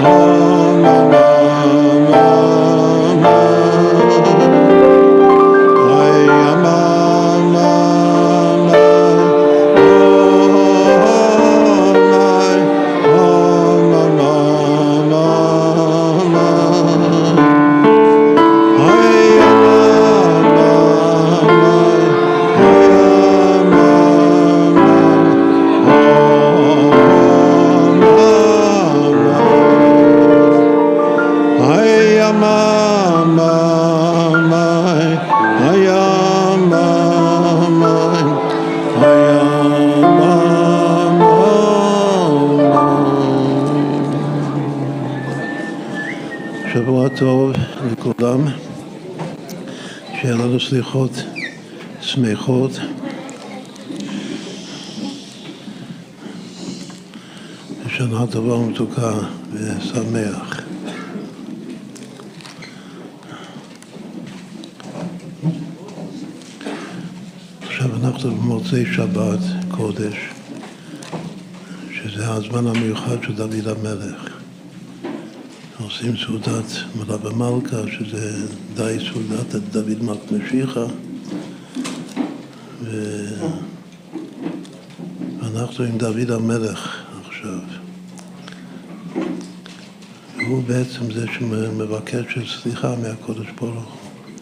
שבוע טוב לכולם, שיהיה לנו סליחות שמחות, ושנה טובה ומתוקה ושמח. עכשיו אנחנו במוצאי שבת קודש, שזה הזמן המיוחד של דוד המלך. עושים סעודת מלאכה מלכה, שזה די סעודת דוד מלך משיחה, ואנחנו עם דוד המלך עכשיו. הוא בעצם זה שמבקש סליחה מהקדוש ברוך הוא,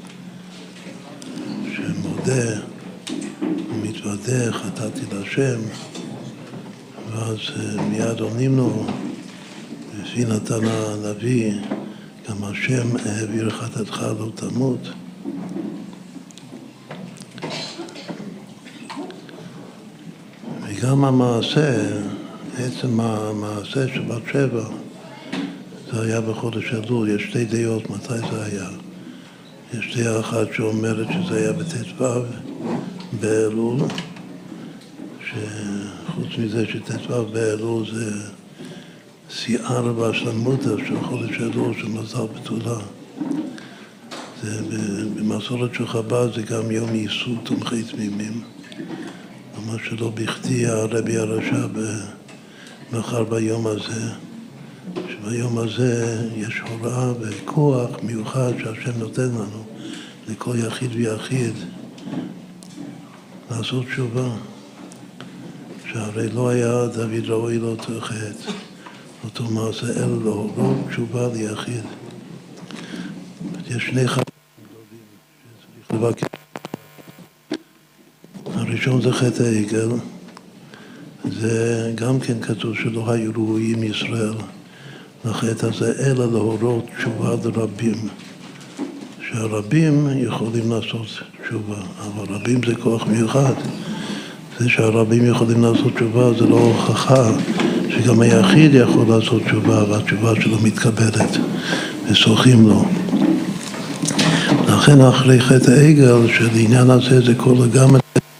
שמודה ומתוודה, חטאתי להשם, ואז מיד עונים לו, לפי נתן הנביא, גם השם העביר חטאתך לא תמות. וגם המעשה, עצם המעשה של בת שבע, זה היה בחודש אלול. יש שתי דעות מתי זה היה. יש דעה אחת שאומרת שזה היה בט"ו באלול, שחוץ מזה שט"ו באלול זה שיער והשלמותא של חודש אלול של מזל בתולה. במסורת של חב"ד זה גם יום ייסוד תומכי תמימים. ממש שלא בכדי הרבי הרש"ב בחר ביום הזה, שביום הזה יש הוראה וכוח מיוחד שהשם נותן לנו לכל יחיד ויחיד לעשות תשובה, שהרי לא היה דוד ראוי לאותו חטא, אותו מעשה אלא להורות תשובה ליחיד. יש שני חטאים גדולים שצריך לבקש. הראשון זה חטא העגל. זה גם כן כתוב שלא היו ראויים ישראל לחטא הזה אלא להורות תשובה לרבים. שהרבים יכולים לעשות תשובה, אבל רבים זה כוח מיוחד. זה שהרבים יכולים לעשות תשובה זה לא הוכחה שגם היחיד יכול לעשות תשובה והתשובה שלו מתקבלת וסוחים לו. לכן אחרי חטא העגל של העניין הזה זה כל גם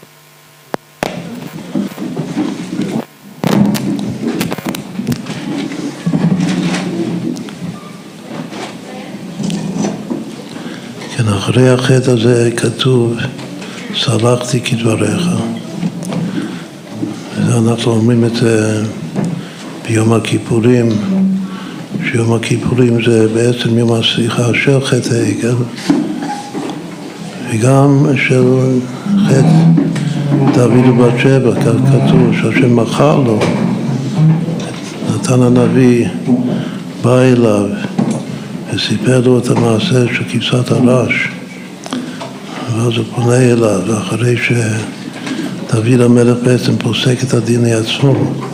כן, אחרי החטא הזה כתוב סלחתי כדבריך. אנחנו אומרים את זה ביום הכיפורים, שיום הכיפורים זה בעצם יום הסליחה של חטא העגל וגם של חטא דוד ובת שבע. כתוב שהשם מחל לו, נתן הנביא בא אליו וסיפר לו את המעשה של כבשת הרש, ואז הוא פונה אליו, ואחרי שדוד המלך בעצם פוסק את הדין לעצמו,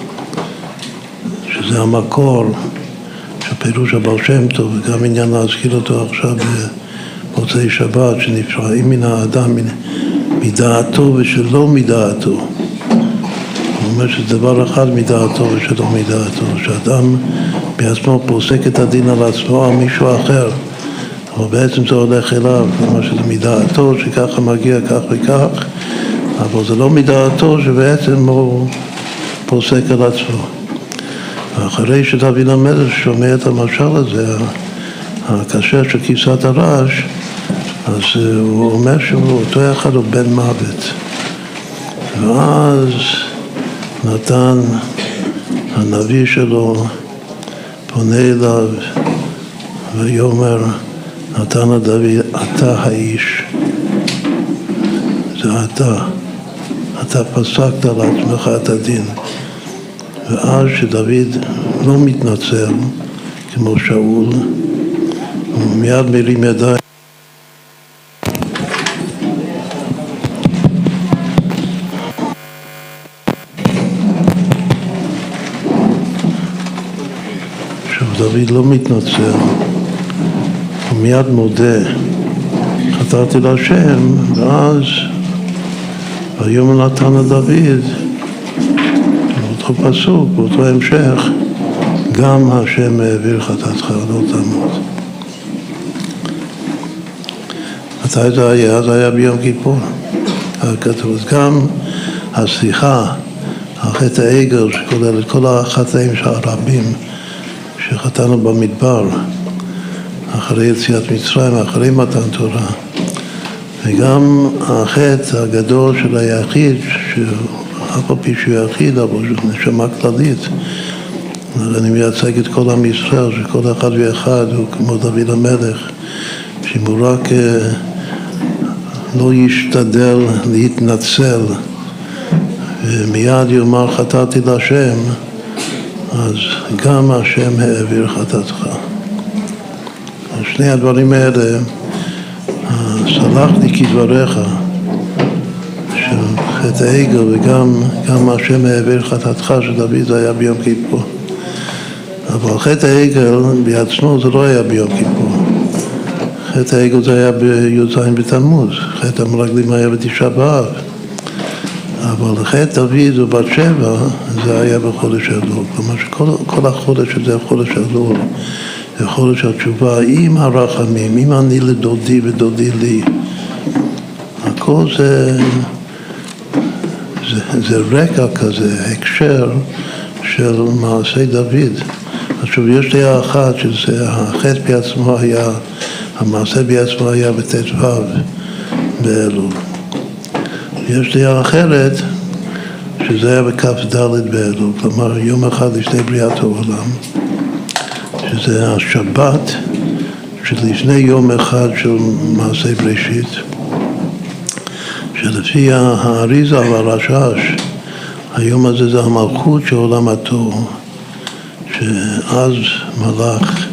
שזה המקור של פירוש הבעל שם טוב, וגם עניין להזכיר אותו עכשיו במוצאי שבת, שנפרעים מן האדם מדעתו ושלא מדעתו. הוא אומר שזה דבר אחד מדעתו ושלא מדעתו, שאדם בעצמו פוסק את הדין על עצמו על מישהו אחר, אבל בעצם זה הולך אליו, כלומר שזה מדעתו שככה מגיע כך וכך, אבל זה לא מדעתו שבעצם הוא פוסק על עצמו. ואחרי שדוד המלך שומע את המשל הזה, הקשה של כבשת הרש, אז הוא אומר שאותו אחד הוא בן מוות. ואז נתן הנביא שלו פונה אליו ויאמר נתן דוד, אתה האיש, זה אתה פסקת על עצמך את הדין. ואז שדוד לא מתנצל כמו שאול, הוא מיד מרים ידיים. דוד לא מתנצל, הוא מיד מודה, חטאתי להשם, ואז ויאמר נתן דוד, באותו פסוק, באותו המשך, גם השם העביר חטאתך לא תמות. מתי זה היה? זה היה ביום כיפור. כתוב, גם הסליחה, החטא העגל שכולל את כל החטאים של הרבים, שחטאנו במדבר, אחרי יציאת מצרים, אחרי מתן תורה, וגם החטא הגדול של היחיד, שאף על פי שהוא יחיד, אבל הוא נשמה כללית. אני מייצג את כל עם ישראל, שכל אחד ואחד הוא כמו דוד המלך, שאם הוא רק לא ישתדל להתנצל, ומיד יאמר חטאתי להשם, אז גם השם העביר חטאתך. שני הדברים האלה, סלח לי כדבריך, של חטא העגל וגם השם העביר חטאתך, שדוד זה היה ביום כיפור. אבל חטא העגל בעצמו זה לא היה ביום כיפור. חטא העגל זה היה בי"ז בתמוז, חטא המרגלים היה בתשעה באב. אבל חטא דוד ובת שבע זה היה בחודש אלול. כלומר שכל החודש הזה, חודש אלול, זה חודש התשובה עם הרחמים, עם אני לדודי ודודי לי. הכל זה רקע כזה, הקשר של מעשי דוד. עכשיו יש דעה אחת שזה החטא בעצמו היה, המעשה בעצמו היה בט"ו באלול. יש דעה אחרת שזה היה בכ"ד באלול, כלומר יום אחד לפני בריאת העולם, שזה השבת שלפני יום אחד של מעשה בראשית, שלפי האריזה והרשש, היום הזה זה המלכות של עולם התוהו, שאז מלך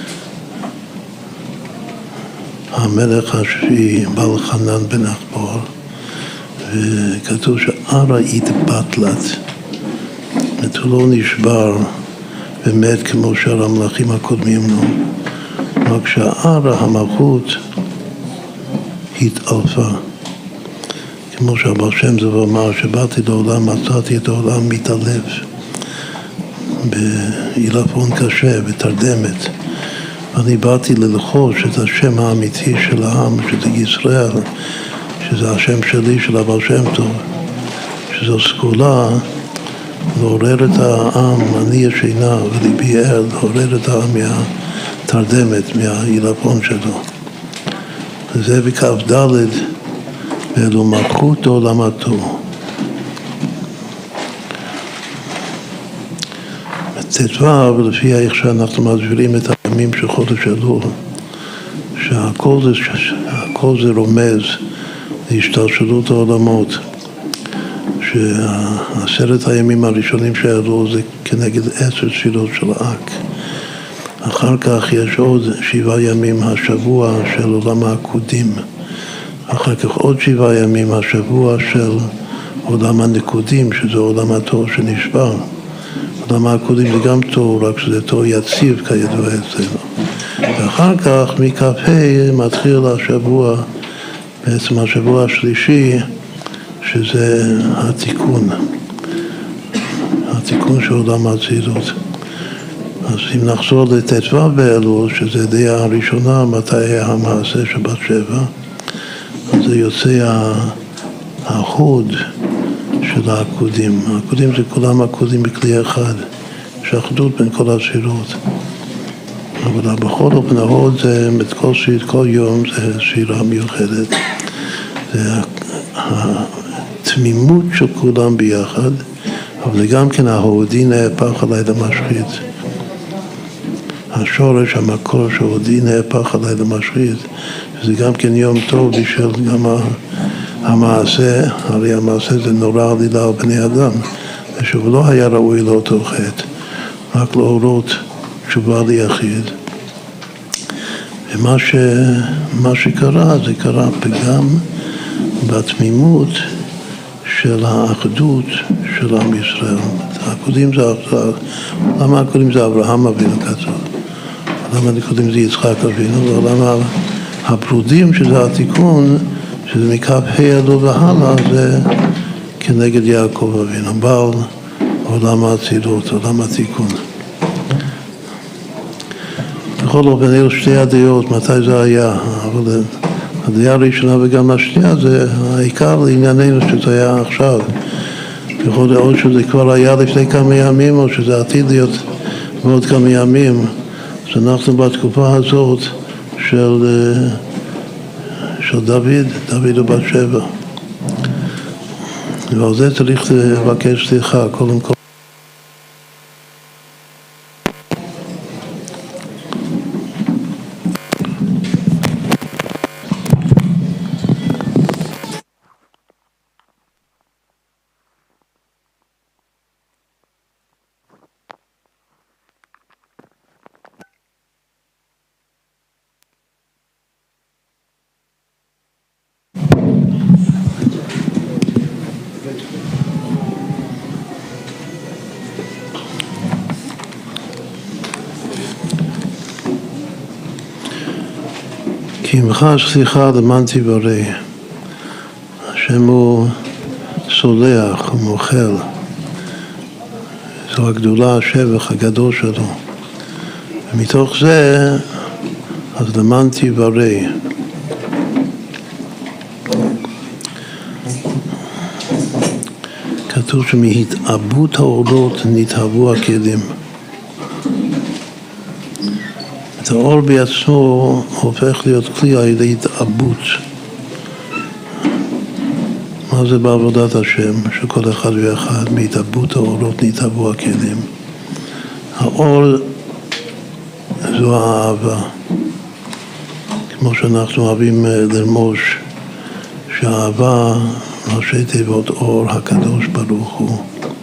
המלך השביעי בעל חנן בן אחבור, וכתוב שערה התבטלת, הוא לא נשבר ומת כמו שאר המלכים הקודמים לו, רק שהערה המלכות התעלפה, כמו שהבעל שם טוב אמר, שבאתי לעולם, מצאתי את העולם מתעלף בעילפון קשה, בתרדמת, ואני באתי ללחוש את השם האמיתי של העם, שזה ישראל, שזה השם שלי, של הבעל שם טוב, שזו סגולה לעורר את העם, אני ישנה וליבי ער, לעורר את העם מהתרדמת, מהעילפון שלו. וזה בכ"ד ואלו מלכות עולמתו. ט"ו, ולפי איך שאנחנו מסבירים את הימים של חודש אלול, שהכל זה רומז להשתלשלות העולמות, ש10 הימים הראשונים של אלול זה כנגד 10 תפילות של אק. אחר כך יש עוד 7 ימים, השבוע של עולם העקודים. אחר כך עוד 7 ימים, השבוע של עולם הנקודים, שזה עולם התור שנשבר. עולם העקודים זה גם תור, רק שזה תור יציב כידוע אצלנו. ואחר כך מכ"ה מתחיל השבוע, בעצם השבוע השלישי, שזה התיקון של עולם האצילות. אז אם נחזור לט"ו באלול, שזה דעה הראשונה, מתי היה המעשה של בת שבע, אז זה יוצא החוד של העקודים. העקודים זה כולם עקודים בכלי אחד, יש אחדות בין כל הספירות. אבל בכל אופן ההוד זה כל יום זה ספירה מיוחדת. זה התמימות של כולם ביחד, אבל זה גם כן ההודי נהפך עליי למשחית. השורש, המקור שעודי נהפך עליי למשחית, וזה גם כן יום טוב בשביל גם המעשה, הרי המעשה זה נורא עלילה על בני אדם, ושוב לא היה ראוי לאותו חטא, רק להורות תשובה ליחיד. ומה שקרה, זה קרה פגם בתמימות של האחדות של עם ישראל. למה הקודם זה אברהם אבינו כתוב? למה הקודם זה יצחק אבינו? ולמה הפרודים שזה התיקון, שזה מכף ה' אלו והלאה, זה כנגד יעקב אבינו, בעל עולם האצילות, עולם התיקון. בכל אופן, אלו שתי הדעות, מתי זה היה, אבל הדעה הראשונה וגם השנייה זה העיקר לענייננו שזה היה עכשיו. יכול להיות שזה כבר היה לפני כמה ימים או שזה עתיד להיות בעוד כמה ימים. אז אנחנו בתקופה הזאת של דוד ובת שבע. ועל זה צריך לבקש סליחה קודם כל. כי עמך סליחה למען תברא, השם הוא סולח, הוא מוחל, זו הגדולה, השבח הגדול שלו, ומתוך זה, אז למען תברא. כתוב שמהתאבות האורות נתהוו הכלים. את האור בעצמו הופך להיות כלי על ידי התאבות. מה זה בעבודת השם? שכל אחד ואחד בהתאבות האורות נתהוו הכלים. האור זו האהבה. כמו שאנחנו אוהבים לרמוש, שהאהבה ראשי תיבות אור הקדוש ברוך הוא.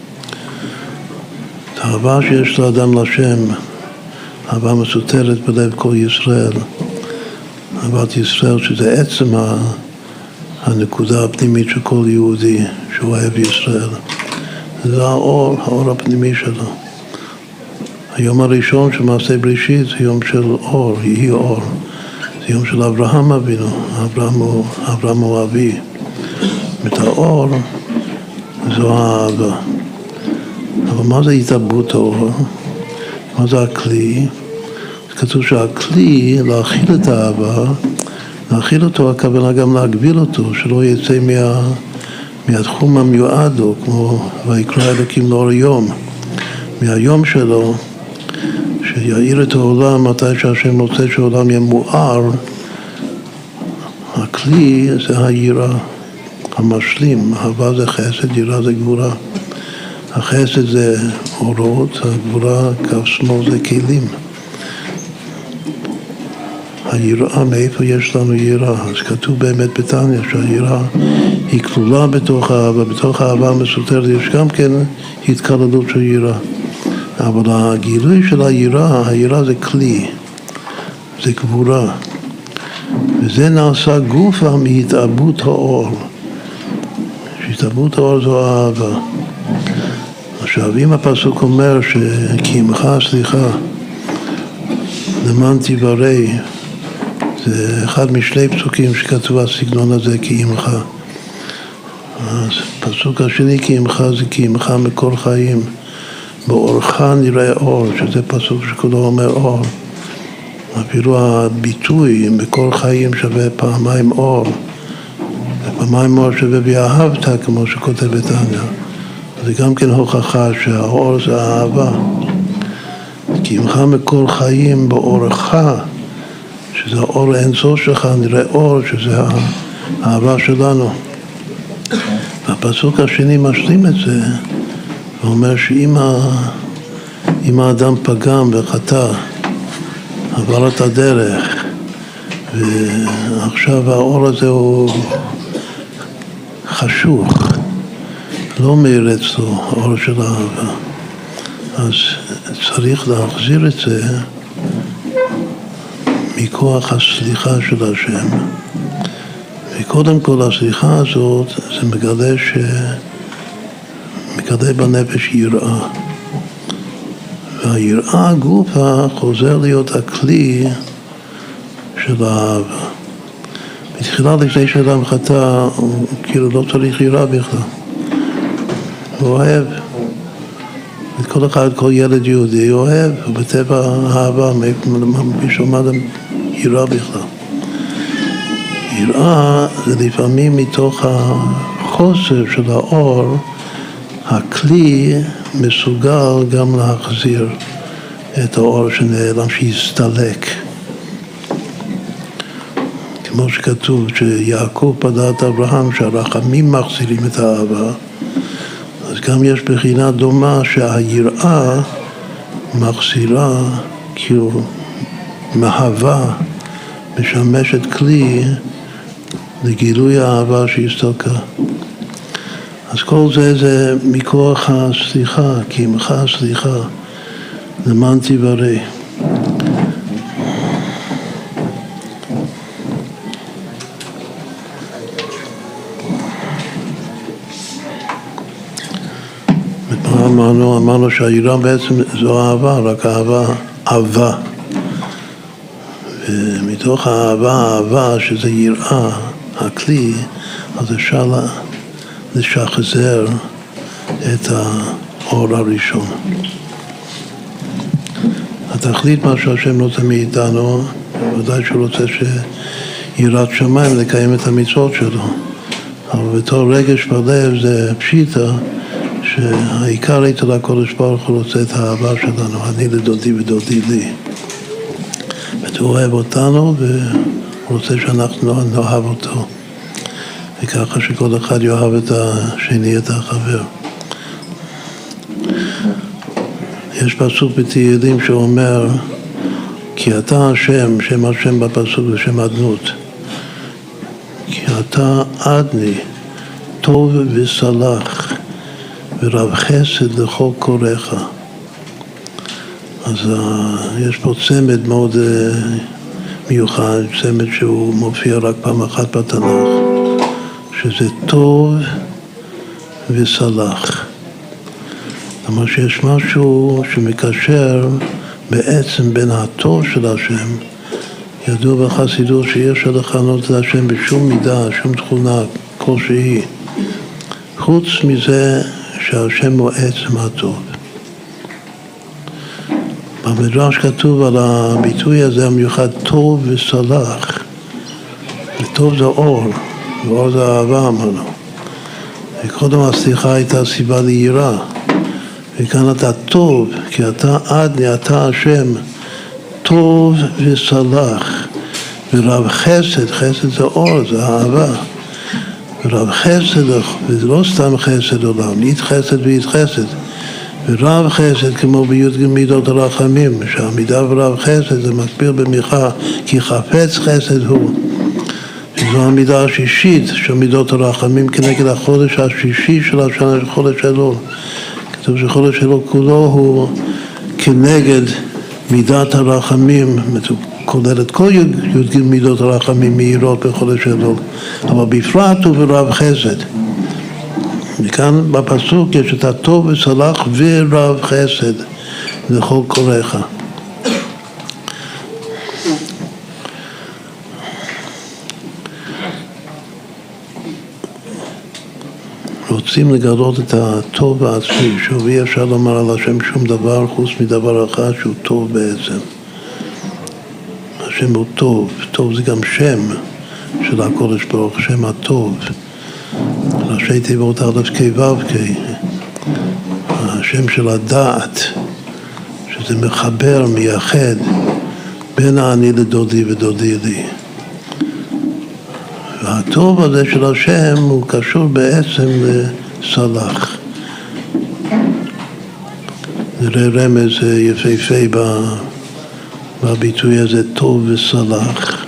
את האהבה שיש לאדם לשם, אהבה מסותרת בלב כל ישראל, אהבת ישראל שזה עצם הנקודה הפנימית של כל יהודי שהוא אוהב ישראל. זה האור הפנימי שלו. היום הראשון של מעשה בראשית זה יום של אור, יהי אור. זה יום של אברהם אבינו, אברהם הוא אבי. את האור זו האהבה. אבל מה זה התאבות האור? מה זה הכלי? כתוב שהכלי להכיל את האהבה, להכיל אותו הכוונה גם להגביל אותו, שלא יצא מהתחום המיועד לו, כמו ויקרא אלוקים לאור יום, מהיום שלו, שיעיר את העולם מתי שהשם רוצה שהעולם יהיה מואר. הכלי זה היראה, המשלים, אהבה זה חסד, יראה זה גבורה. החסד זה אורות, הגבורה, קו שמאל זה כלים. היראה, מאיפה יש לנו יראה? אז כתוב באמת בתניא שהיראה היא כלולה בתוך האהבה, בתוך האהבה המסותרת יש גם כן התקללות של יראה. אבל הגילוי של היראה זה כלי, זה גבורה. וזה נעשה גופה מהתאבות האור. שהתאבות האור זו האהבה. עכשיו, אם הפסוק אומר כי עמך סליחה למען תברא, זה אחד משני פסוקים שכתוב הסגנון הזה כי עמך. אז פסוק השני כי עמך זה כי עמך מקור חיים, באורך נראה אור, שזה פסוק שכולו אומר אור. אפילו הביטוי מקור חיים שווה פעמיים אור, ופעמיים אור שווה ואהבת, כמו שכותב בתניא. זה גם כן הוכחה שהאור זה האהבה. כי עמך מקור חיים באורך, שזה האור האינסוף שלך, נראה אור, שזה האהבה שלנו. והפסוק השני משלים את זה, ואומר שאם האדם פגם וחטא, עבר את הדרך, ועכשיו האור הזה הוא חשוך, לא מאיר אצלו, האור של האהבה. אז צריך להחזיר את זה מכוח הסליחה של השם. וקודם כל הסליחה הזאת זה מגלה בנפש יראה. והיראה גופה חוזר להיות הכלי של האהבה. בתחילה לפני שאדם חטא, הוא כאילו לא צריך יראה בכלל. הוא אוהב. את כל אחד, כל ילד יהודי אוהב, ובטבע האהבה, מישהו מה זה יראה בכלל. יראה זה לפעמים מתוך החוסר של האור, הכלי מסוגל גם להחזיר את האור שנעלם, שיסתלק. כמו שכתוב שיעקב פדה את אברהם, שהרחמים מחזירים את האהבה, אז גם יש בחינה דומה שהיראה מחזירה, כאילו מהווה, משמשת כלי לגילוי האהבה שהסתלקה. אז כל זה מכוח הסליחה, כי עמך הסליחה, למען תברא. אמרנו שהיראה בעצם זו אהבה, רק אהבה. ומתוך האהבה, שזה יראה, הכלי, אז אפשר לשחזר את האור הראשון. התכלית מה שהשם רוצה מאיתנו, ודאי שהוא רוצה שיראת שמיים לקיים את המצוות שלו. אבל בתור רגש בלב זה פשיטה, שהעיקר אצל הקודש ברוך הוא רוצה את האהבה שלנו, אני לדודי ודודי לי. הוא אוהב אותנו והוא רוצה שאנחנו נאהב אותו. וככה שכל אחד יאהב את השני, את החבר. יש פסוק בתהילים שאומר, כי אתה השם, שם השם בפסוק ושם אדנות. כי אתה אדני, טוב וסלח, ורב חסד לכל קוראך. אז יש פה צמד מאוד מיוחד, צמד שהוא מופיע רק פעם אחת בתנ"ך, שזה טוב וסלח. כלומר שיש משהו שמקשר בעצם בין הטוב של השם, ידוע בחסידות שאי אפשר לכנות את השם בשום מידה, שום תכונה כלשהי, חוץ מזה שהשם הוא עצם הטוב. במדרש כתוב על הביטוי הזה המיוחד טוב וסלח. וטוב זה אור, ואור זה אהבה אמרנו. וקודם הסליחה הייתה סיבה ליראה. וכאן אתה טוב, כי אתה אדני, אתה השם, טוב וסלח. ורב חסד, חסד זה אור, זה אהבה. ורב חסד, וזה לא סתם חסד עולם, אית חסד ואית חסד. ורב חסד כמו בי"ג מידות הרחמים, שהמידה ורב חסד זה מקביל במיכה, כי חפץ חסד הוא. שזו המידה השישית של מידות הרחמים כנגד החודש השישי של השנה, של חודש אלול. כתוב שחודש אלול כולו הוא כנגד מידת הרחמים, כולל את כל י"ג מידות הרחמים מהירות בחודש אלול, אבל בפרט הוא ורב חסד. וכאן בפסוק יש את הטוב וסלח ורב חסד לכל קוראך. רוצים לגלות את הטוב העצמי, שוב אי אפשר לומר על השם שום דבר חוץ מדבר אחד שהוא טוב בעצם. השם הוא טוב, טוב זה גם שם של הקודש ברוך, שם הטוב. ראשי תיבות א' כ' ו' כ', השם של הדעת, שזה מחבר, מייחד בין אני לדודי ודודי לי. והטוב הזה של השם הוא קשור בעצם לסלח. נראה רמז יפהפה בביטוי הזה טוב וסלח.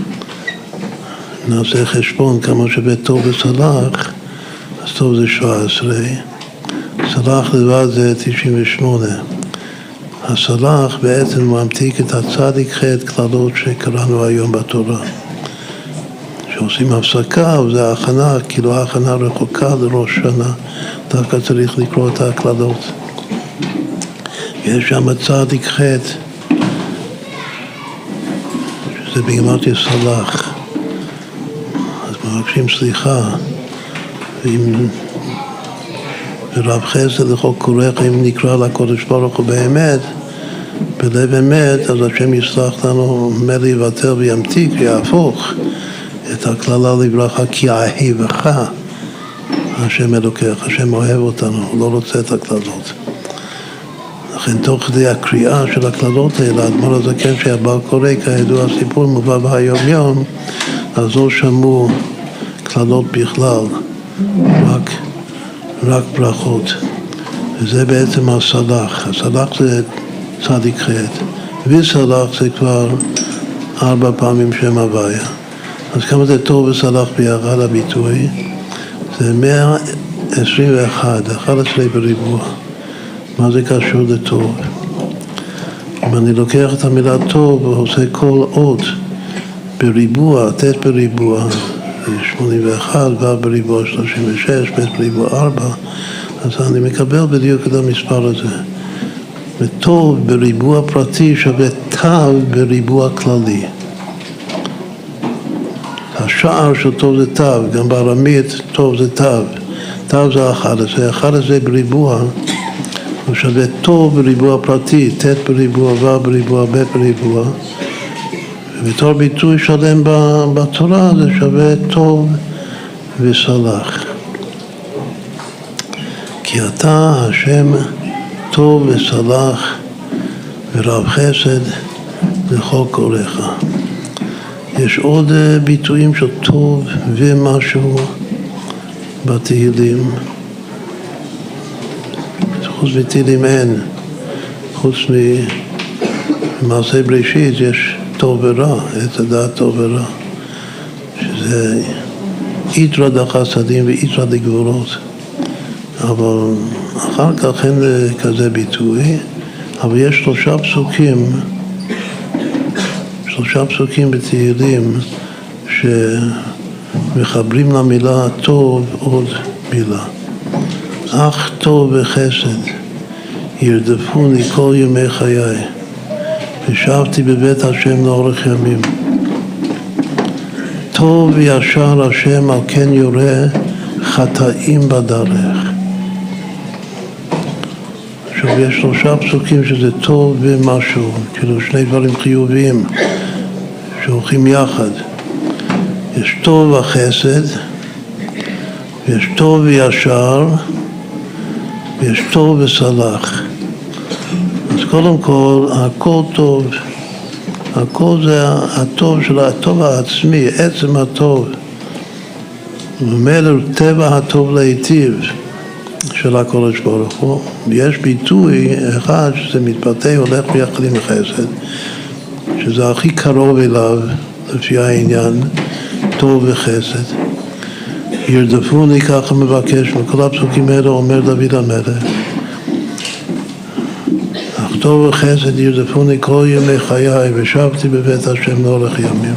נעשה חשבון כמה שווה טוב וסלח, אז טוב זה 17, סלח לבד זה 98. הסלח בעצם ממתיק את הצדיק ח' כללות שקראנו היום בתורה. כשעושים הפסקה, וזה ההכנה, כאילו ההכנה רחוקה לראש שנה, דווקא צריך לקרוא את הכללות. יש שם צדיק ח' שזה בגימטריה סלח. אז מבקשים סליחה, ואם רב חסד לכל קורך, אם נקרא לקודש ברוך הוא באמת, בלב אמת, אז השם יסלח לנו, מלא יבטל וימתיק ויהפוך את הכללה לברכה, כי אהבך השם אלוקיך, השם אוהב אותנו, הוא לא רוצה את הכללות. לכן תוך כדי הקריאה של הכללות האלה, האדמו"ר הזקן שהבעל קורא, כידוע הסיפור מובא ביום יום, אז לא שמעו כללות בכלל, רק ברכות. וזה בעצם הסלח. הסלח זה צדיק ח', וסלח זה כבר 4 פעמים שם הוויה. אז כמה זה טוב וסלח ביחד הביטוי? זה 121, 11 בריבוע. מה זה קשור לטוב? אם אני לוקח את המילה טוב ועושה כל אות בריבוע, ט' בריבוע 81, ו' בריבוע 36, ב' בריבוע 4, אז אני מקבל בדיוק את המספר הזה. וטוב בריבוע פרטי שווה תו בריבוע כללי. השער של טוב זה תו, גם בארמית טוב זה תו. תו זה 11, 11 בריבוע, הוא שווה טוב בריבוע פרטי, ט' בריבוע, ו' בריבוע, ב' בריבוע. ובתור ביטוי שלם בתורה זה שווה טוב וסלח. כי אתה השם טוב וסלח ורב חסד לכל קורך. יש עוד ביטויים של טוב ומשהו בתהילים. חוץ מתהילים אין, חוץ ממעשה בראשית יש טוב ורע, את הדעת טוב ורע, שזה יתרא דחסדים ויתרא דגבורות. אבל אחר כך אין כזה ביטוי, אבל יש 3 פסוקים בתהילים שמחברים למילה טוב עוד מילה. אך טוב וחסד ירדפוני כל ימי חיי, ושבתי בבית השם לאורך ימים. טוב וישר השם, על כן יורה חטאים בדרך. עכשיו יש 3 פסוקים שזה טוב ומשהו, כאילו 2 דברים חיוביים שהולכים יחד. יש טוב וחסד, ויש טוב וישר, ויש טוב וסלח. אז קודם כל, הכל טוב, הכל זה הטוב של הטוב העצמי, עצם הטוב. ומילא טבע הטוב להיטיב של הקודש ברוך הוא. יש ביטוי אחד שזה מתבטא, הולך ביחד עם חסד, שזה הכי קרוב אליו, לפי העניין, טוב וחסד. ירדפוני, ככה מבקש, וכל הפסוקים האלה אומר דוד המלך. אך טוב וחסד ירדפוני כל ימי חיי, ושבתי בבית השם לאורך ימים.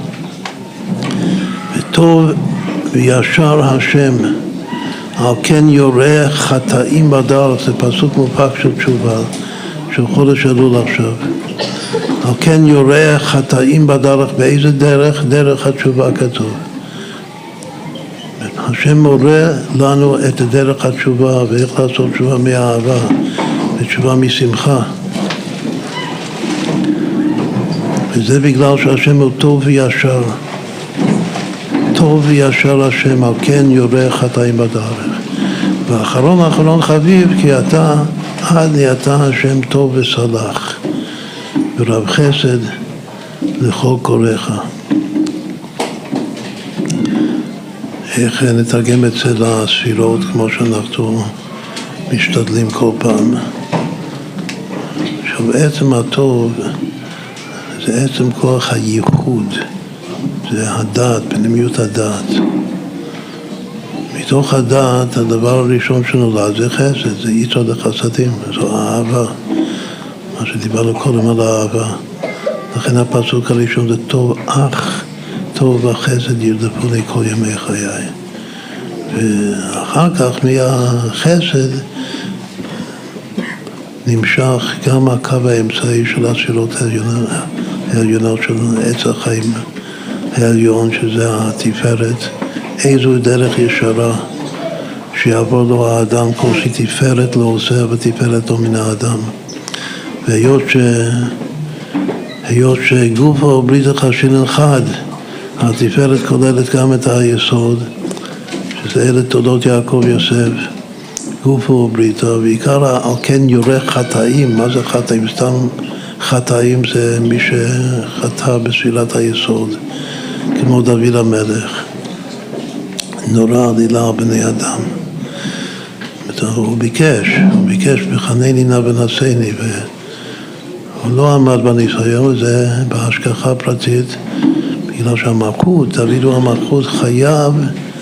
וטוב וישר השם, על כן יורה חטאים בדרך, זה פסוק מופק של תשובה, של חודש אלול עכשיו. על כן יורה חטאים בדרך, באיזה דרך? דרך התשובה כתוב. השם מורה לנו את דרך התשובה, ואיך לעשות תשובה מאהבה, ותשובה משמחה. וזה בגלל שהשם הוא טוב וישר. טוב וישר השם, על כן יורה חטאים בדרך. ואחרון חביב, כי אתה, אתה השם טוב וסלח, ורב חסד לכל קורך. איך נתרגם את זה לספירות כמו שאנחנו משתדלים כל פעם. עכשיו עצם הטוב זה עצם כוח הייחוד, זה הדעת, פנימיות הדעת. מתוך הדעת, הדבר הראשון שנולד זה חסד, זה יצר לחסדים, זו האהבה, מה שדיברנו קודם על האהבה. לכן הפסוק הראשון זה טוב אך, טוב וחסד ירדפוני כל ימי חיי. ואחר כך מהחסד נמשך גם הקו האמצעי של הספירות העליונות של עץ החיים העליון, שזה התפארת. איזו דרך ישרה שיעבור לו האדם, כל שתפארת לא עושה ותפארת לו מן האדם. והיות שגוף וברית החשין אחד, התפארת כוללת גם את היסוד, שזה אלה תולדות יעקב יוסף, גוף ובריתו, ועיקר על כן יורך חטאים. מה זה חטאים? סתם חטאים זה מי שחטא בספילת היסוד, כמו דוד המלך, נורא עלילה על בני אדם. הוא ביקש בחנני נא ונשאני, והוא לא עמד בניסיון, זה בהשגחה פרטית, בגלל שהמלכות, דוד הוא המלכות, חייב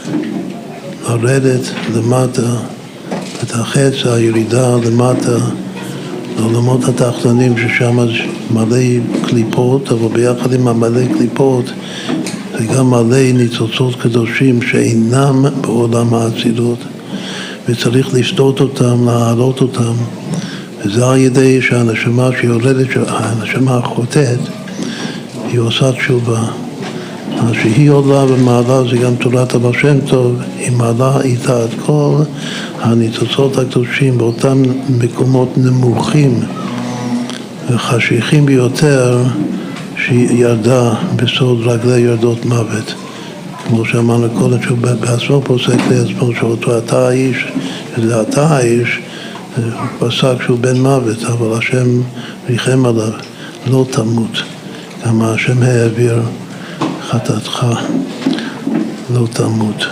לרדת למטה, את החץ, הירידה למטה, לעולמות התחתונים, ששם מלא קליפות, אבל ביחד עם המלא קליפות זה גם מלא ניצוצות קדושים שאינם בעולם האצילות, וצריך לפדות אותם, להעלות אותם, וזה על ידי שהנשמה שיורדת, הנשמה החוטאת, היא עושה תשובה. אז שהיא עולה ומעלה, זה גם תורת הבעל שם טוב, היא מעלה איתה את כל הניצוצות הקדושים באותם מקומות נמוכים וחשיכים ביותר, שהיא ירדה בסוד רגלי ירדות מוות. כמו שאמרנו קודם, שהוא בעצמו פוסק לעצמו שאותו אתה האיש, וזה אתה האיש, הוא פסק שהוא בן מוות, אבל השם ריחם עליו, לא תמות. גם השם העביר חטאתך, לא תמות.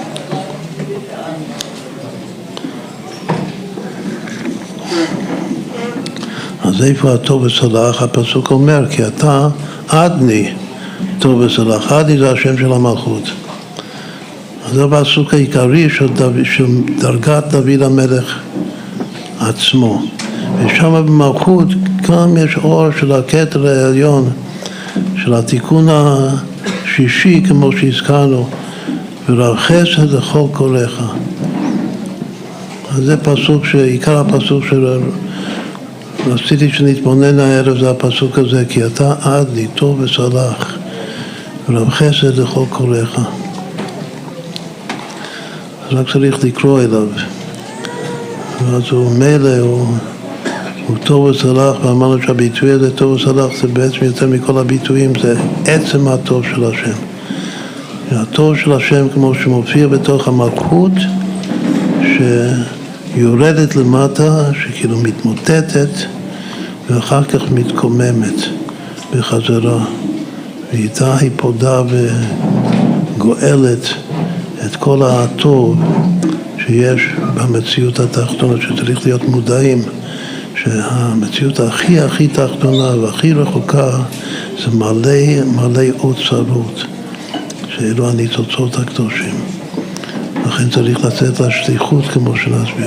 אז איפה הטוב וסלח? הפסוק אומר, כי אתה עדני טוב וסלח. עדני זה השם של המלכות. אז זה הפסוק העיקרי של דרגת דוד המלך עצמו. ושם במלכות גם יש אור של הכתר העליון, של התיקון השישי, כמו שהזכרנו, ורב חסד לכל קוראיך. אז זה פסוק שעיקר הפסוק רציתי שנתבונן הערב, זה הפסוק הזה, כי אתה עדני טוב וסלח, ורב חסד לכל קוראיך. אז רק צריך לקרוא אליו. ואז הוא מלא, הוא טוב וסלח, ואמרנו שהביטוי הזה טוב וסלח זה בעצם יותר מכל הביטויים, זה עצם הטוב של השם. הטוב של השם כמו שמופיע בתוך המלכות, שיורדת למטה, שכאילו מתמוטטת, ואחר כך מתקוממת בחזרה. ואיתה היא פודה וגואלת את כל הטוב שיש במציאות התחתונה, שצריך להיות מודעים. שהמציאות הכי תחתונה והכי רחוקה זה מלא אוצרות, שאלו הניצוצות הקדושים. לכן צריך לצאת לשליחות כמו שנסביר.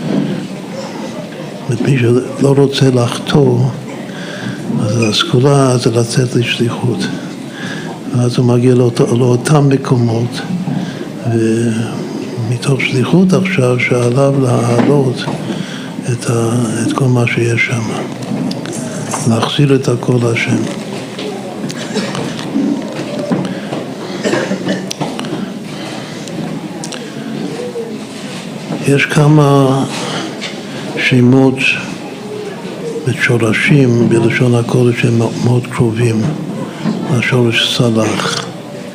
מי שלא רוצה לחטוא, אז הסגולה זה לצאת לשליחות. ואז הוא מגיע לאותם מקומות, ומתוך שליחות עכשיו שעליו להעלות את כל מה שיש שם, להחזיר את הכל להשם. יש כמה שמות ושורשים בלשון הקודש שהם מאוד קרובים לשורש סלח.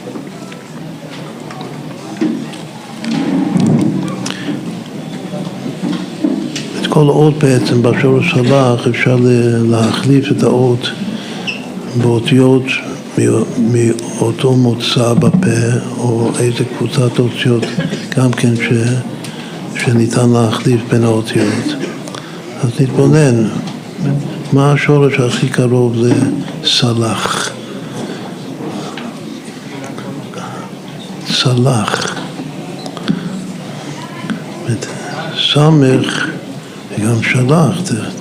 כל אות בעצם בשורש סלח אפשר להחליף את האות באותיות מאותו מוצא בפה או איזה קבוצת אותיות גם כן שניתן להחליף בין האותיות. אז נתבונן מה השורש הכי קרוב? זה סלח. סלח. סמך וגם שלח.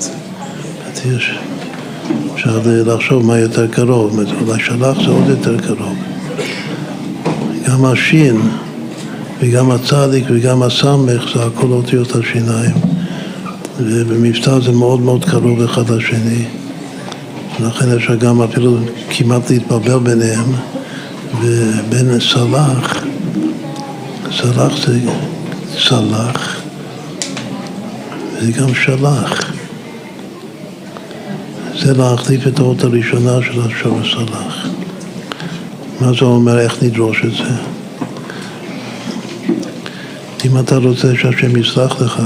אפשר לחשוב מה יותר קרוב, אולי שלח זה עוד יותר קרוב. גם השין וגם הצדיק וגם הסמך זה הכל אותיות השיניים. ובמבטא זה מאוד מאוד קרוב אחד לשני. לכן אפשר גם אפילו כמעט להתבלבל ביניהם. ובין סלח, סלח זה סלח, וזה גם שלח. זה להחליף את האות הראשונה של השורש סלח. מה זה אומר? איך נדרוש את זה? אם אתה רוצה שהשם יסלח לך,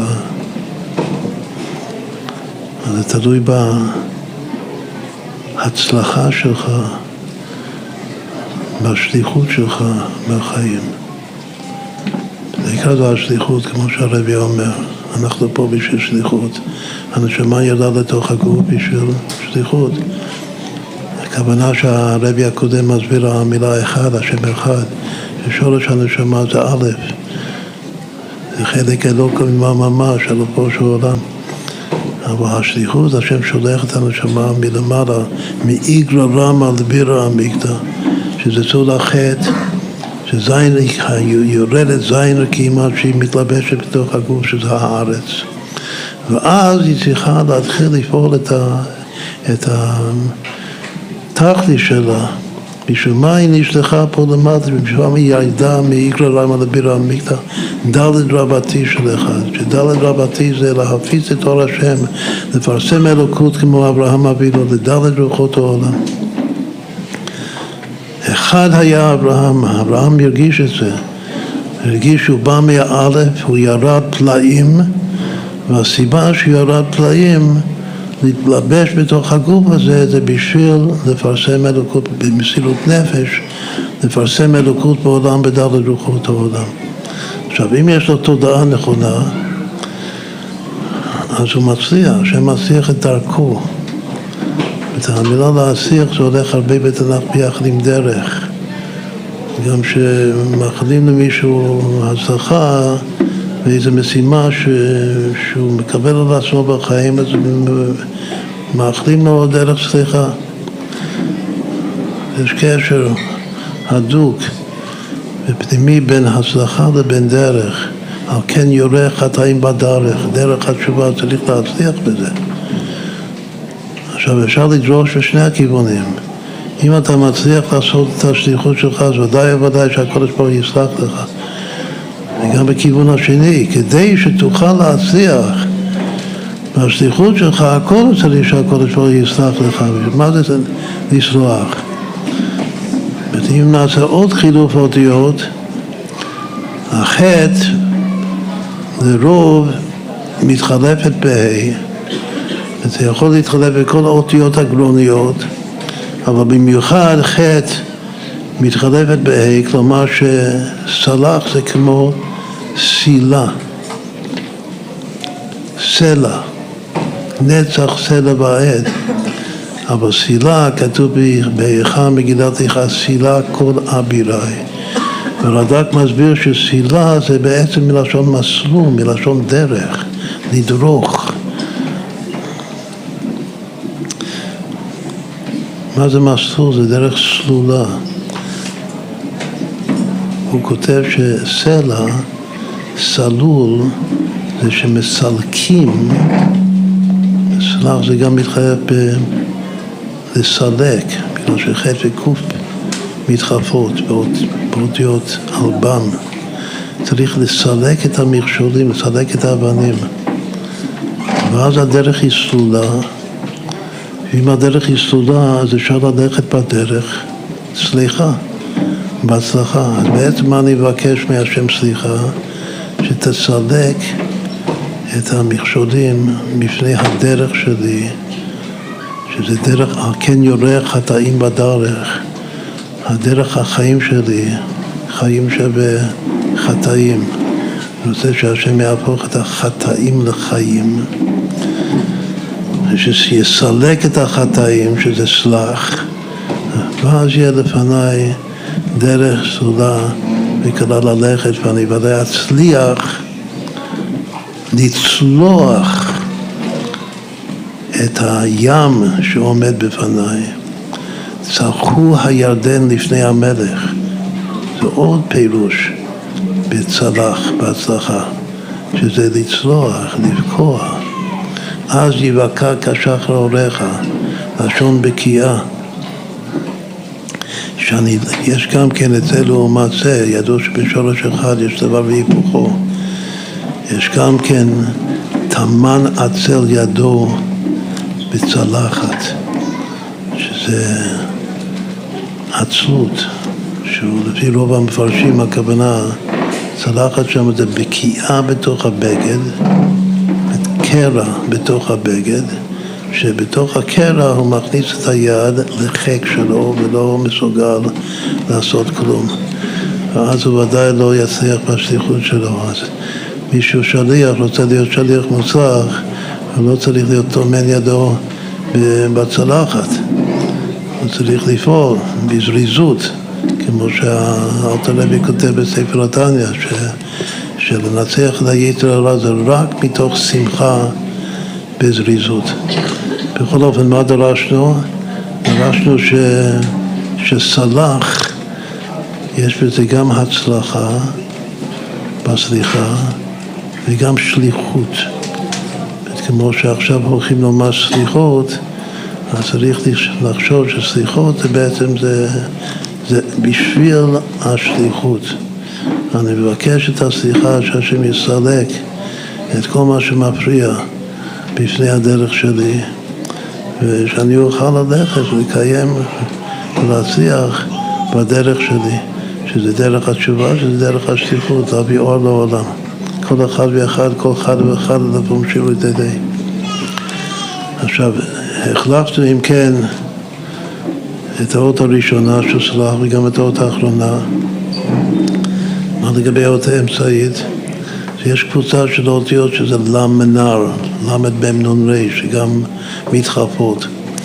אז זה תלוי בהצלחה שלך, בשליחות שלך בחיים. זה יקרה לו השליחות, כמו שהרבי אומר. אנחנו פה בשביל שליחות. הנשמה ירדה לתוך הגוף בשביל שליחות. הכוונה שהרבי הקודם מסביר המילה אחד, השם אחד, ששורש הנשמה זה א', זה חלק אלוקו ממש, אלוקו של עולם. אבל השליחות, השם שולח את הנשמה מלמעלה, מאיגרא רמא לבירא עמיקתא, שזה סוד החטא, שזין יורדת זין רקימה שהיא מתלבשת בתוך הגוף, שזה הארץ. ואז היא צריכה להתחיל לפעול את התכלית שלה. בשביל מה היא נשלחה פה למטה, בשביל מה היא ירדה מאיגרא רמא לבירא עמיקתא, דלת רבתי של אחד. שדלת רבתי זה להפיץ את אור השם, לפרסם אלוקות כמו אברהם אבינו, לדלת רוחות העולם. אחד היה אברהם הרגיש את זה, הרגיש שהוא בא מהאלף, הוא ירד פלאים, והסיבה שהוא ירד פלאים, להתלבש בתוך הגוף הזה, זה בשביל לפרסם אלוקות במסירות נפש, לפרסם אלוקות בעולם בדלת רוחות העולם. עכשיו, אם יש לו תודעה נכונה, אז הוא מצליח, שמצליח את דרכו. את המילה להצליח זה הולך הרבה בתנ"ך ביחד עם דרך. גם שמאחלים למישהו הצלחה ואיזו משימה שהוא מקבל על עצמו בחיים, אז מאחלים לו דרך סליחה. יש קשר הדוק ופנימי בין הצלחה לבין דרך. על כן יורה חטאים בדרך, דרך התשובה צריך להצליח בזה. עכשיו אפשר לדרוש בשני הכיוונים. אם אתה מצליח לעשות את השליחות שלך, אז ודאי שהקדוש ברוך הוא יסלח לך. וגם בכיוון השני, כדי שתוכל להצליח בשליחות שלך, הכל צריך שהקדוש ברוך הוא יסלח לך. מה זה לסלוח? אם נעשה עוד חילוף אותיות, החטא לרוב מתחלפת בה'. זה יכול להתחלף בכל האותיות הגרוניות, אבל במיוחד חטא מתחלפת בה', כלומר שסלח זה כמו סילה, סלע, נצח סלע ועד. אבל סילה, כתוב באיכה מגילת איכה, סילה כל אבירי. ורד"ק מסביר שסילה זה בעצם מלשון מסלול, מלשון דרך, לדרוך. מה זה מסלול? זה דרך סלולה. הוא כותב שסלע, סלול, זה שמסלקים, סלח זה גם מתחייב לסלק, בגלל שחטא וקוף מתחלפות באותיות אלבן. צריך לסלק את המכשולים, לסלק את האבנים. ואז הדרך היא סלולה, ואם הדרך היא סלולה, אז אפשר ללכת בדרך, סליחה, בהצלחה. אז בעצם אני מבקש מהשם סליחה, שתסלק את המכשולים בפני הדרך שלי, שזה דרך, כן יורה חטאים בדרך, הדרך החיים שלי, חיים שבחטאים. אני רוצה שהשם יהפוך את החטאים לחיים. שיסלק את החטאים, שזה סלח, ואז יהיה לפניי דרך סלולה וקלה ללכת, ואני ודאי אצליח לצלוח את הים שעומד בפניי. צלחו הירדן לפני המלך. זה עוד פירוש בצלח, בהצלחה, שזה לצלוח, לבקוע. אז יבקע כשחר אורך, לשון בקיעה. יש גם כן אצלו ומצא, ידעו שבשורש אחד יש דבר והיפוכו. יש גם כן תמן עצל ידו בצלחת, שזה עצלות, שהוא לפי רוב המפרשים הכוונה, צלחת שם זה בקיעה בתוך הבגד, קרע בתוך הבגד, שבתוך הקרע הוא מכניס את היד לחק שלו ולא מסוגל לעשות כלום. ואז הוא ודאי לא יצליח בשליחות שלו. אז מישהו שליח, רוצה להיות שליח מוצלח, הוא לא צריך להיות טומן ידו בצלחת. הוא צריך לפעול בזריזות, כמו שהאלתר לוי כותב בספר התניא, שלנצח את היצר הרע זה רק מתוך שמחה בזריזות. בכל אופן, מה דרשנו? דרשנו שסלח, יש בזה גם הצלחה בסליחה וגם שליחות. כמו שעכשיו הולכים לומר סליחות, אז צריך לחשוב שסליחות זה בעצם זה בשביל השליחות. אני מבקש את הסליחה שהשם יסלק את כל מה שמפריע בפני הדרך שלי, ושאני אוכל ללכת לקיים ולהצליח בדרך שלי, שזה דרך התשובה, שזה דרך השליחות, להביא אור לעולם. כל אחד ואחד, כל אחד ואחד לפעמים שירו את ידי. עכשיו, החלפנו אם כן את האות הראשונה של סלח וגם את האות האחרונה. מה לגבי האות האמצעית? יש קבוצה של אותיות שזה למנר, למד במנון רי, שגם מתחלפות.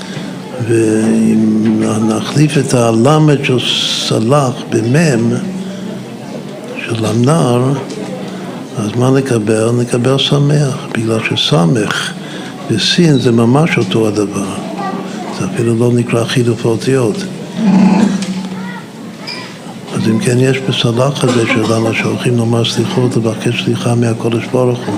ואם נחליף את הלמד של סלח במם, של למנר, אז מה נקבל? נקבל שמח, בגלל שסמך בסין זה ממש אותו הדבר. זה אפילו לא נקרא חילוף אותיות. אז אם כן יש בסלח הזה שלנו שהולכים לומר סליחות, לבקש סליחה מהקודש ברוך הוא.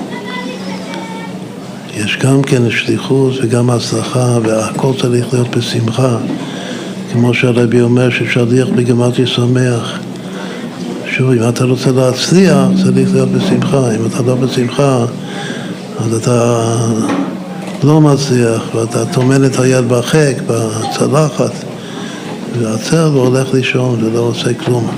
יש גם כן שליחות וגם הצלחה, והכל צריך להיות בשמחה. כמו שהרבי אומר ששליח בגמטריה שמח. שוב, אם אתה רוצה להצליח, צריך להיות בשמחה. אם אתה לא בשמחה, אז אתה לא מצליח, ואתה טומן את היד בחק, בצלחת, ועצר והולך לישון ולא עושה כלום.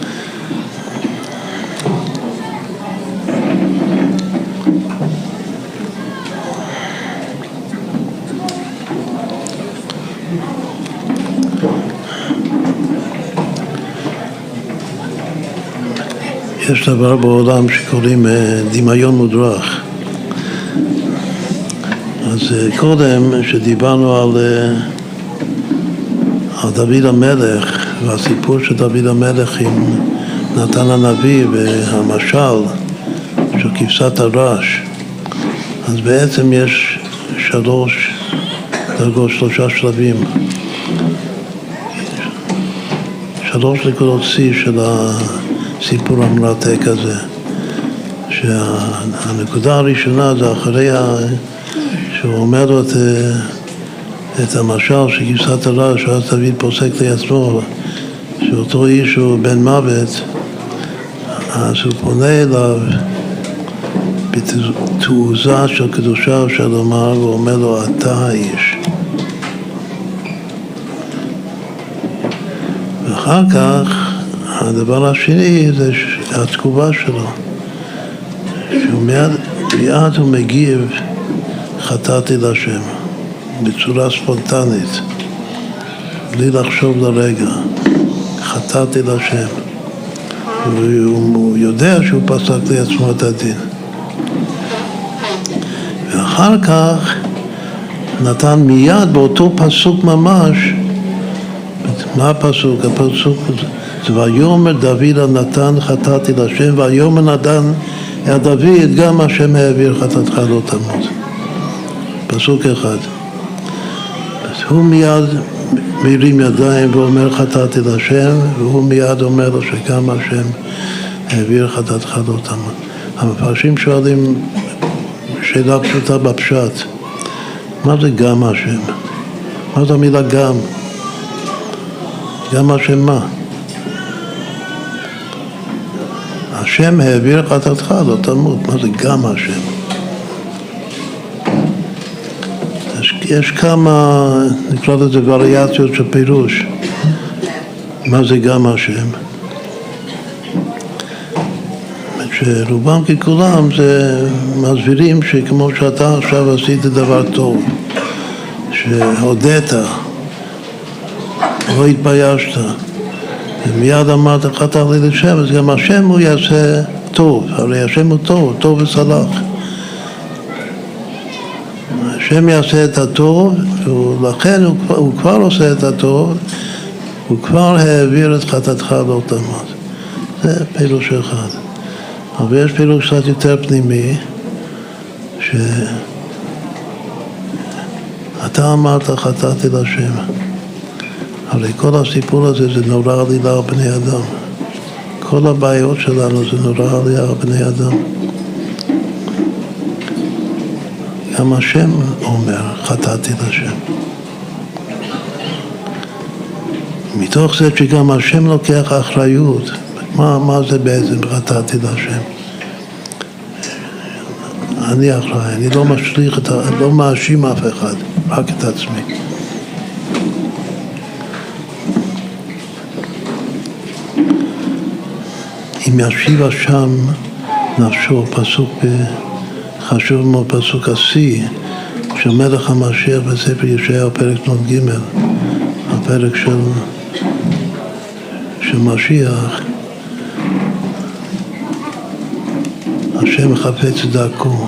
יש דבר בעולם שקוראים דמיון מודרך. אז קודם שדיברנו על דוד המלך והסיפור של דוד המלך עם נתן הנביא והמשל של כבשת הרש, אז בעצם יש שלוש דרגות, שלושה שלבים, שלוש נקודות שיא של הסיפור המרתק הזה, שהנקודה הראשונה זה אחרי שהוא אומר לו את המשל של כבשת הרש, שאז דוד פוסק לעצמו שאותו איש הוא בן מוות, אז הוא פונה אליו בתעוזה של קדושה אפשר לומר, ואומר לו אתה האיש. ואחר כך הדבר השני זה התגובה שלו, שהוא מיד הוא מגיב חטאתי להשם בצורה ספונטנית, בלי לחשוב לרגע, חטאתי להשם. הוא יודע שהוא פסק לעצמו את הדין. ואחר כך נתן מיד באותו פסוק ממש. מה הפסוק? הפסוק זה ויאמר דוד על נתן חטאתי להשם, ויאמר נתן אל דוד גם השם העביר חטאתך לא תמות. פסוק אחד. אז הוא מיד מרים ידיים ואומר חטאתי להשם, והוא מיד אומר לו שגם השם העביר חטאתך לא תמות. המפרשים שואלים שאלה פשוטה בפשט, מה זה גם השם? מה זה המילה גם? גם השם מה? השם העביר חטאתך לא תמות, מה זה גם השם? יש כמה, נקרא לזה וריאציות של פירוש, מה זה גם השם? שרובם ככולם זה מסבירים שכמו שאתה עכשיו עשית דבר טוב, שהודית, לא התביישת, ומיד אמרת חטאתי להשם, אז גם השם הוא יעשה טוב, הרי השם הוא טוב, טוב וסלח. השם יעשה את הטוב, ולכן הוא כבר עושה את הטוב, הוא כבר העביר את חטאתך לא תמות. זה פירוש אחד. אבל יש פירוש קצת יותר פנימי, שאתה אמרת חטאתי להשם. הרי כל הסיפור הזה זה נורא עלילה על בני אדם. כל הבעיות שלנו זה נורא עלילה על בני אדם. גם השם אומר חטאתי להשם. מתוך זה שגם השם לוקח אחריות. מה זה בעצם חטאתי להשם? אני אחראי, אני לא משליך, לא מאשים אף אחד, רק את עצמי. אם ישיב השם נפשו, פסוק חשוב מאוד, פסוק השיא של מלך המשיח בספר ישעיהו, פרק נ"ג, הפרק של משיח. השם חפץ דרכו,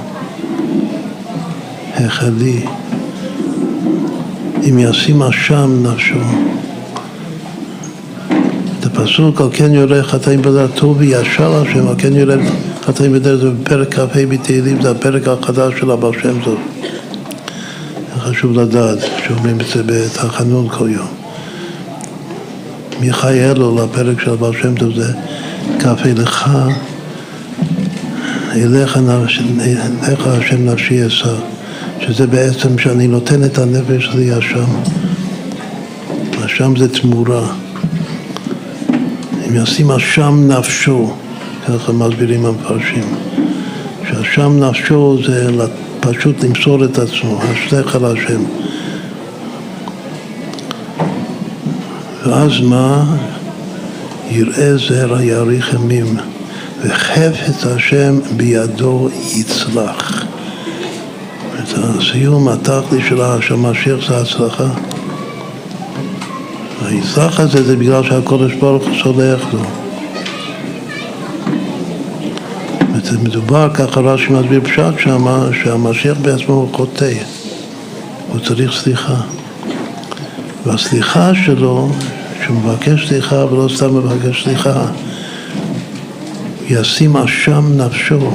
החלי, אם ישים השם נפשו. את הפסוק, על כן יורה חטאים בדרכו וישר השם, על כן יורה חטאים בדרכו, זה בפרק כ"ה בתהילים, זה הפרק החדש של הבעל שם טוב. חשוב לדעת, שאומרים את זה בתחנון כל יום. מיכאלו לפרק של הבעל שם טוב זה כ"ה לך, אליך השם נפשי אשא, שזה בעצם שאני נותן את הנפש שלי השם. השם זה תמורה. אם ישים השם נפשו, ככה מסבירים המפרשים, שהשם נפשו זה פשוט למסור את עצמו, השלך על השם. ואז מה? יראה זרע יאריך ימים. וחפץ השם בידו יצלח. את הסיום התכלי של המשיח זה הצלחה. היצלח הזה זה בגלל שהקדוש ברוך הוא סולח לו. זה מדובר, ככה רש"י מסביר פשט שמה, שהמשיח בעצמו הוא חוטא. הוא צריך סליחה. והסליחה שלו, שהוא מבקש סליחה ולא סתם מבקש סליחה, ישים השם נפשו,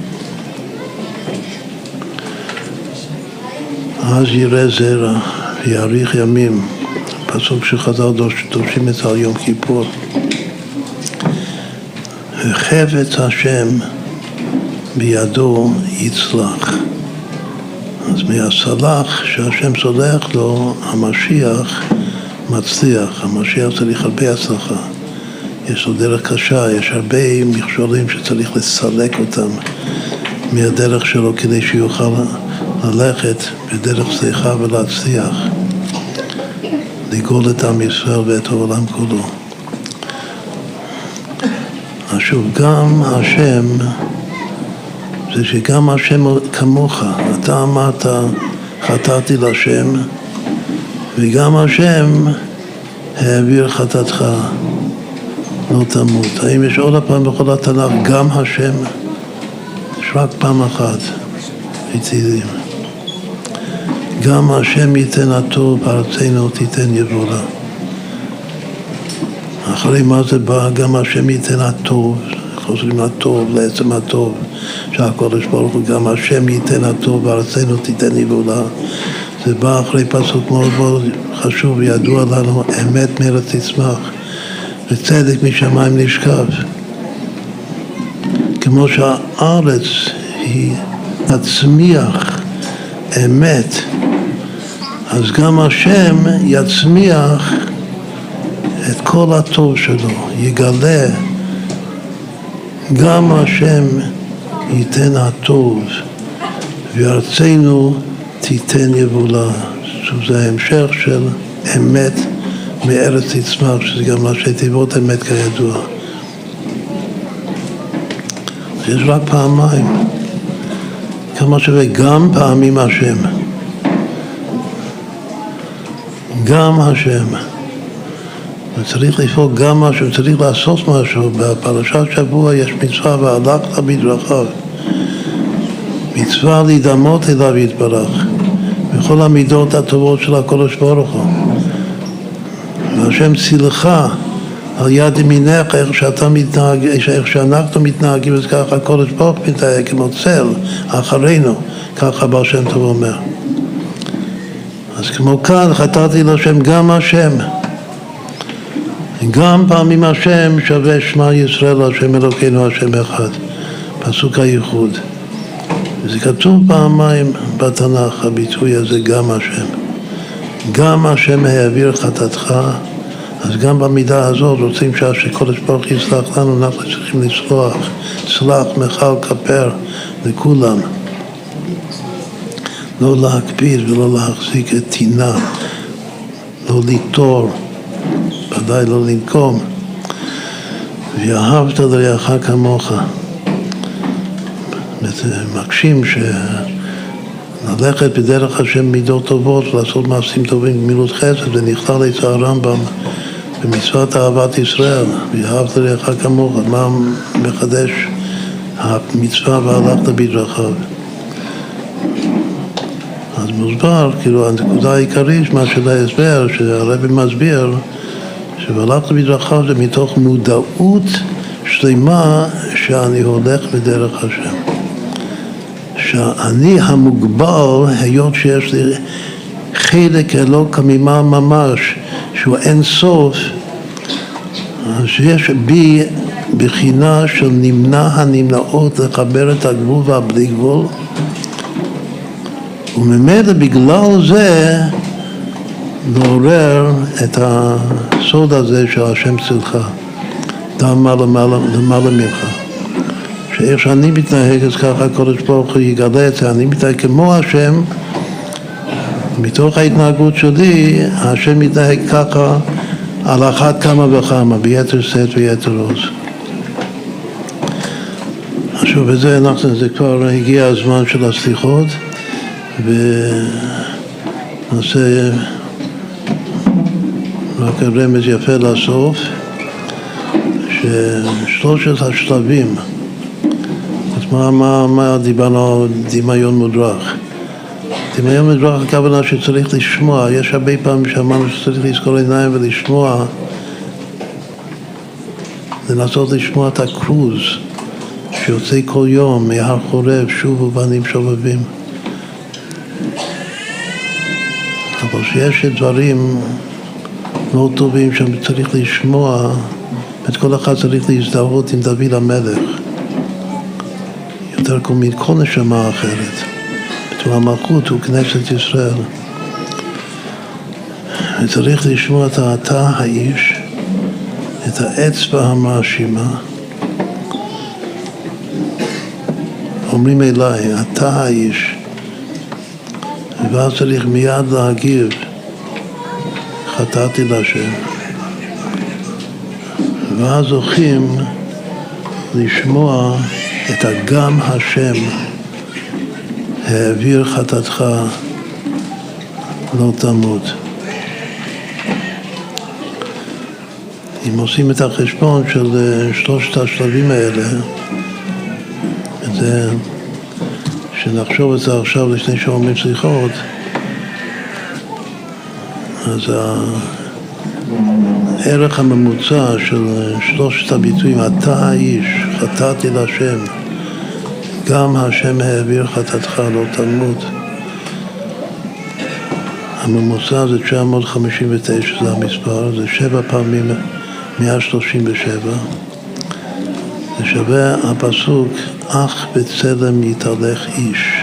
אז יראה זרע ויאריך ימים. פסוק שחז"ל דורשים את על יום כיפור. וחפץ השם בידו יצלח. אז מהסלח שהשם סולח לו, המשיח מצליח. המשיח צריך הרבה הצלחה. יש לו דרך קשה, יש הרבה מכשולים שצריך לסלק אותם מהדרך שלו כדי שיוכל ללכת בדרך סליחה ולהצליח, לגאול את עם ישראל ואת העולם כולו. אז שוב, גם השם, זה שגם השם כמוך, אתה אמרת חטאתי להשם, וגם השם העביר חטאתך לא תמות. האם יש עוד פעם בכל התנ"ך גם השם? יש רק פעם אחת בתהילים. גם השם ייתן הטוב בארצנו תיתן יבולה. אחרי מה זה בא? גם השם ייתן הטוב, חוזרים לטוב, לעצם הטוב, שהקדוש ברוך הוא גם השם ייתן הטוב בארצנו תיתן יבולה. זה בא אחרי פסוק מאוד מאוד חשוב וידוע לנו, אמת מארץ תצמח וצדק משמיים נשקף. כמו שהארץ היא תצמיח אמת, אז גם השם יצמיח את כל הטוב שלו, יגלה. גם השם ייתן הטוב וארצנו תיתן יבולה. זה ההמשך של אמת מארץ תצמח, שזה גם ראשי תיבות אמת כידוע. יש רק פעמיים. כמה שווה גם פעמים השם. גם השם. וצריך לפעול גם משהו, צריך לעשות משהו. בפרשת שבוע יש מצווה והלכת בדרכיו. מצווה להידמות אליו יתברך. בכל המידות הטובות של הקדוש ברוך הוא. והשם צילך על יד ימינך, איך שאתה מתנהג, איך שאנחנו מתנהגים, אז ככה הקדוש ברוך הוא מתנהג כמו צל אחרינו, ככה בעל שם טוב אומר. אז כמו כאן חטאתי לשם גם השם. גם פעמים השם שווה שמע ישראל השם אלוקינו השם אחד. פסוק הייחוד. זה כתוב פעמיים בתנ"ך, הביטוי הזה גם השם. גם השם העביר חטאתך, אז גם במידה הזאת רוצים שהקדוש ברוך הוא יסלח לנו, אנחנו צריכים לסלוח, סלח, מחל, כפר לכולם. לא להקפיד ולא להחזיק את טינה, לא ליטור, ודאי לא לנקום. ואהבת לרעך כמוך. מקשים שללכת בדרך השם מידות טובות ולעשות מעשים טובים גמילות חסד, זה נכלל אצל הרמב"ם במצוות אהבת ישראל, ואהבת לרעך כמוך. מה מחדש המצווה והלכת בדרכיו? אז מוסבר, כאילו הנקודה העיקרית, מה של ההסבר, שהרבי מסביר, שהלכת בדרכיו זה מתוך מודעות שלמה שאני הולך בדרך השם. שאני המוגבל, היות שיש לי חלק אלוק כמימה ממש, שהוא אין סוף, אז יש בי בחינה של נמנע הנמנעות לחבר את הגבול והבלי גבול, וממילא בגלל זה לעורר את הסוד הזה של השם צילך, דם למעלה ממך. שאיך שאני מתנהג, אז ככה הקדוש ברוך הוא יגלה את זה. אני מתנהג כמו השם, מתוך ההתנהגות שלי, השם מתנהג ככה על אחת כמה וכמה, ביתר שאת ויתר עוז. עכשיו בזה זה כבר הגיע הזמן של הסליחות, ונעשה רק רמז יפה לסוף, ששלושת השלבים, מה דיברנו על דמיון מודרך? דמיון מודרך הכוונה שצריך לשמוע. יש הרבה פעמים שאמרנו שצריך לזכור עיניים ולשמוע, לנסות לשמוע את הקרוז שיוצא כל יום מהר חורב, שובו בנים שובבים. אבל שיש דברים לא טובים שצריך לשמוע, את כל אחד צריך להזדהות עם דוד המלך. יותר מכל נשמה אחרת. בתור המלכות הוא כנסת ישראל. וצריך לשמוע את אתה האיש, את האצבע המאשימה. אומרים אליי, אתה האיש. ואז צריך מיד להגיב, חטאתי להשם. ואז זוכים לשמוע את הגם השם העביר חטאתך לא תמות. אם עושים את החשבון של שלושת השלבים האלה, זה שנחשוב את זה עכשיו לפני שאומרים סליחות, אז הערך הממוצע של שלושת הביטויים, אתה האיש, חטאתי להשם, גם השם העביר חטאתך לא תמות, הממוצע זה 959, זה המספר, זה 7 פעמים 137. זה שווה הפסוק, אך בצלם יתהלך איש.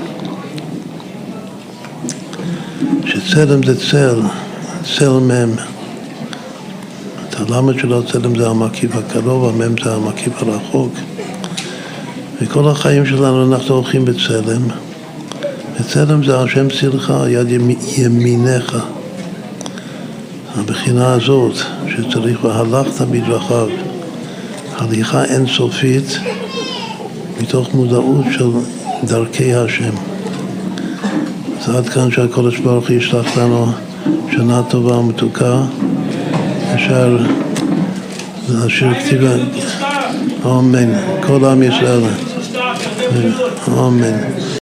שצלם זה צל, צל מם. הלמד של הצלם זה המקיף הקרוב, המם זה המקיף הרחוק. וכל החיים שלנו אנחנו הולכים בצלם. וצלם זה השם צילך, יד ימינך. הבחינה הזאת שצריך והלכת בדרכיו, הליכה אינסופית מתוך מודעות של דרכי השם. אז עד כאן שהקדוש ברוך הוא ישלח לנו שנה טובה ומתוקה. אפשר להשאיר כתיבה. אמן. כל עם ישראל. אמן.